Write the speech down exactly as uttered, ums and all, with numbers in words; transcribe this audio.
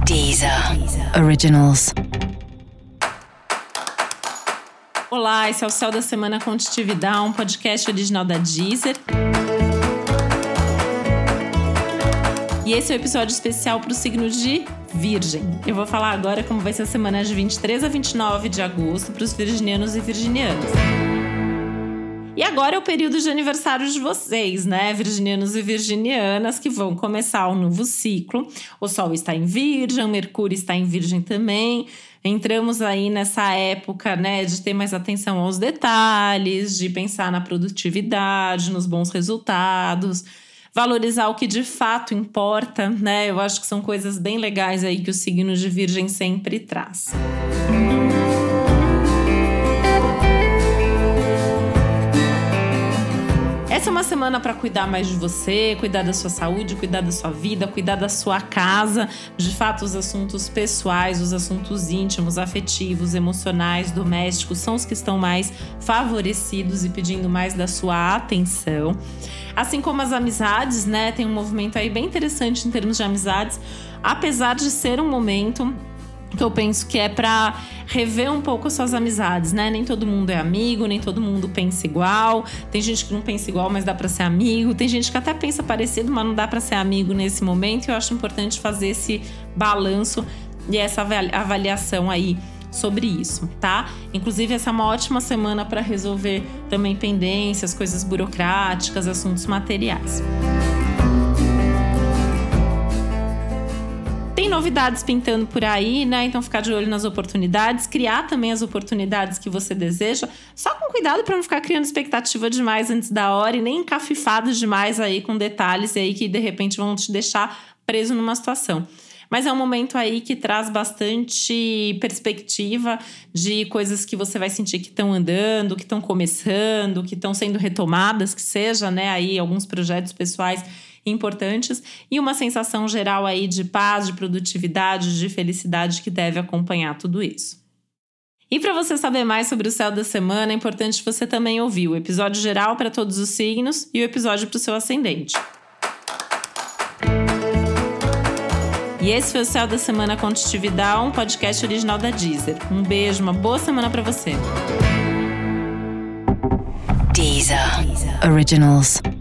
Deezer Originals. Olá, esse é o Céu da Semana com Titividade, um podcast original da Deezer. E esse é o um episódio especial para o signo de Virgem. Eu vou falar agora como vai ser a semana de vinte e três a vinte e nove de agosto para os virginianos e virginianas. E agora é o período de aniversário de vocês, né? Virginianos e virginianas, que vão começar um novo ciclo. O Sol está em Virgem, o Mercúrio está em Virgem também. Entramos aí nessa época, né, de ter mais atenção aos detalhes, de pensar na produtividade, nos bons resultados, valorizar o que de fato importa, né? Eu acho que são coisas bem legais aí que o signo de Virgem sempre traz. Essa é uma semana para cuidar mais de você, cuidar da sua saúde, cuidar da sua vida, cuidar da sua casa. De fato, os assuntos pessoais, os assuntos íntimos, afetivos, emocionais, domésticos são os que estão mais favorecidos e pedindo mais da sua atenção. Assim como as amizades, né? Tem um movimento aí bem interessante em termos de amizades, apesar de ser um momento que eu penso que é para rever um pouco as suas amizades, né? Nem todo mundo é amigo, nem todo mundo pensa igual. Tem gente que não pensa igual, mas dá para ser amigo. Tem gente que até pensa parecido, mas não dá para ser amigo nesse momento. E eu acho importante fazer esse balanço e essa avaliação aí sobre isso, tá? Inclusive, essa é uma ótima semana para resolver também pendências, coisas burocráticas, assuntos materiais. Tem novidades pintando por aí, né? Então ficar de olho nas oportunidades, criar também as oportunidades que você deseja, só com cuidado para não ficar criando expectativa demais antes da hora e nem encafifado demais aí com detalhes aí que de repente vão te deixar preso numa situação. Mas é um momento aí que traz bastante perspectiva de coisas que você vai sentir que estão andando, que estão começando, que estão sendo retomadas, que seja, né, aí alguns projetos pessoais importantes e uma sensação geral aí de paz, de produtividade, de felicidade que deve acompanhar tudo isso. E para você saber mais sobre o céu da semana, é importante você também ouvir o episódio geral para todos os signos e o episódio para o seu ascendente. E esse foi o Céu da Semana com Titividade, um podcast original da Deezer. Um beijo, uma boa semana para você. Deezer Originals.